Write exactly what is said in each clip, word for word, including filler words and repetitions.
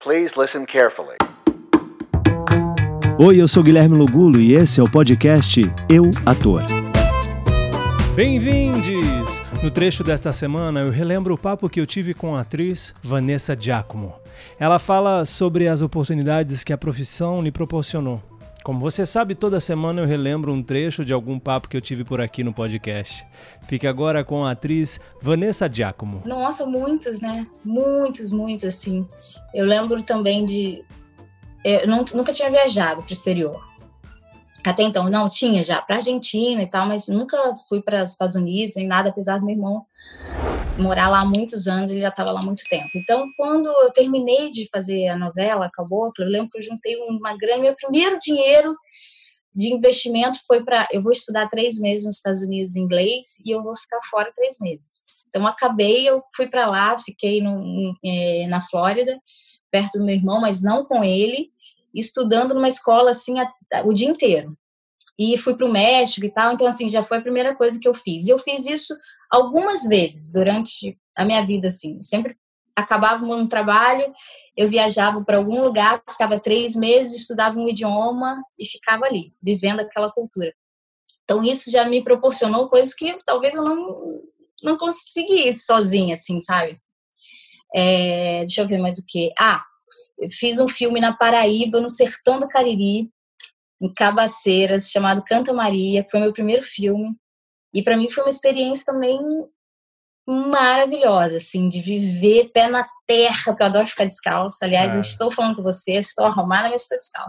Please listen carefully. Oi, eu sou Guilherme Lugulo e esse é o podcast Eu, Ator. Bem-vindos! No trecho desta semana eu relembro o papo que eu tive com a atriz Vanessa Giacomo. Ela fala sobre as oportunidades que a profissão lhe proporcionou. Como você sabe, toda semana eu relembro um trecho de algum papo que eu tive por aqui no podcast. Fique agora com a atriz Vanessa Giacomo. Nossa, muitos, né? Muitos, muitos, assim. Eu lembro também de... Eu não, nunca tinha viajado para o exterior. Até então, não, tinha já para Argentina e tal, mas nunca fui para os Estados Unidos, nem nada, apesar do meu irmão morar lá há muitos anos, ele já estava lá há muito tempo. Então, quando eu terminei de fazer a novela, acabou, eu lembro que eu juntei uma grana, meu primeiro dinheiro de investimento foi para, eu vou estudar três meses nos Estados Unidos em inglês e eu vou ficar fora três meses. Então, acabei, eu fui para lá, fiquei no, é, na Flórida, perto do meu irmão, mas não com ele, estudando numa escola, assim, a, a, o dia inteiro. E fui para o México e tal, então, assim, já foi a primeira coisa que eu fiz. E eu fiz isso algumas vezes durante a minha vida, assim. Eu sempre acabava um trabalho, eu viajava para algum lugar, ficava três meses, estudava um idioma e ficava ali, vivendo aquela cultura. Então, isso já me proporcionou coisas que talvez eu não, não conseguisse sozinha, assim, sabe? É, deixa eu ver mais o quê. Ah, eu fiz um filme na Paraíba, no Sertão do Cariri, em Cabaceiras, chamado Canta Maria, que foi meu primeiro filme. E para mim foi uma experiência também maravilhosa, assim, de viver pé na terra, porque eu adoro ficar descalça. Aliás, ah. eu estou falando com você, estou arrumada, mas estou descalça.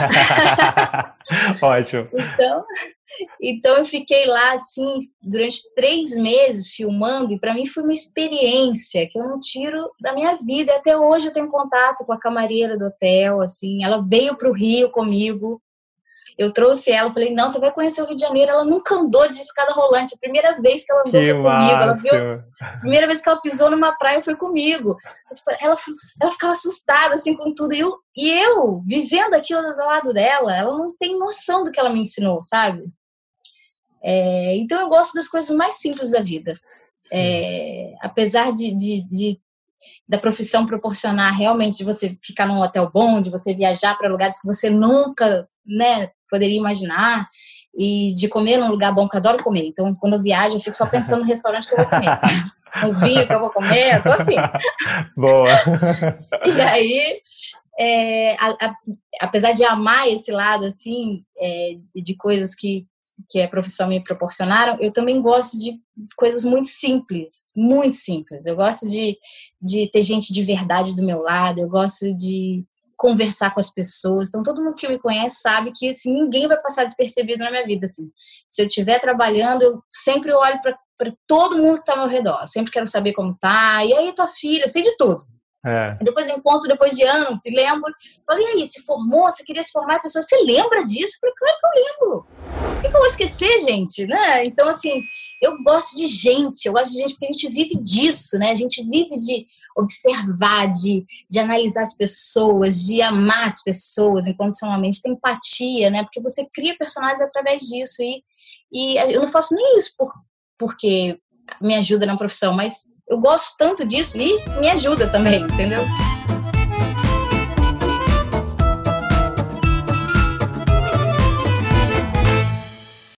Ótimo. Então, então eu fiquei lá, assim, durante três meses filmando, e para mim foi uma experiência que eu não tiro da minha vida. E até hoje eu tenho contato com a camareira do hotel, assim, ela veio para o Rio comigo. Eu trouxe ela, falei, não, você vai conhecer o Rio de Janeiro. Ela nunca andou de escada rolante. A primeira vez que ela andou que foi massa. comigo. Ela viu, a primeira vez que ela pisou numa praia foi comigo. Ela, ela ficava assustada, assim, com tudo. E eu, e eu, vivendo aquilo do lado dela, ela não tem noção do que ela me ensinou, sabe? É, então, eu gosto das coisas mais simples da vida. É, apesar de, de, de da profissão proporcionar realmente de você ficar num hotel bom, de você viajar para lugares que você nunca, né, poderia imaginar, e de comer num lugar bom, que eu adoro comer. Então, quando eu viajo, eu fico só pensando no restaurante que eu vou comer. No vinho que eu vou comer, só assim. Boa! E aí, é, a, a, apesar de amar esse lado, assim, é, de coisas que que a profissão me proporcionaram, eu também gosto de coisas muito simples, muito simples. Eu gosto de, de ter gente de verdade do meu lado, eu gosto de conversar com as pessoas. Então, todo mundo que me conhece sabe que assim, ninguém vai passar despercebido na minha vida. Assim. Se eu estiver trabalhando, eu sempre olho para todo mundo que está ao meu redor. Eu sempre quero saber como tá. E aí, tua filha, eu sei de tudo. É. Depois encontro, depois de anos, se lembro. Falei, e aí, se formou, você queria se formar? A pessoa, você lembra disso? Eu falei, claro que eu lembro. Por que eu vou esquecer, gente? Né? Então, assim, eu gosto de gente, eu gosto de gente porque a gente vive disso, né? A gente vive de observar, de, de analisar as pessoas, de amar as pessoas incondicionalmente, ter empatia, né? Porque você cria personagens através disso. E, e eu não faço nem isso por, porque me ajuda na profissão, mas eu gosto tanto disso e me ajuda também, entendeu?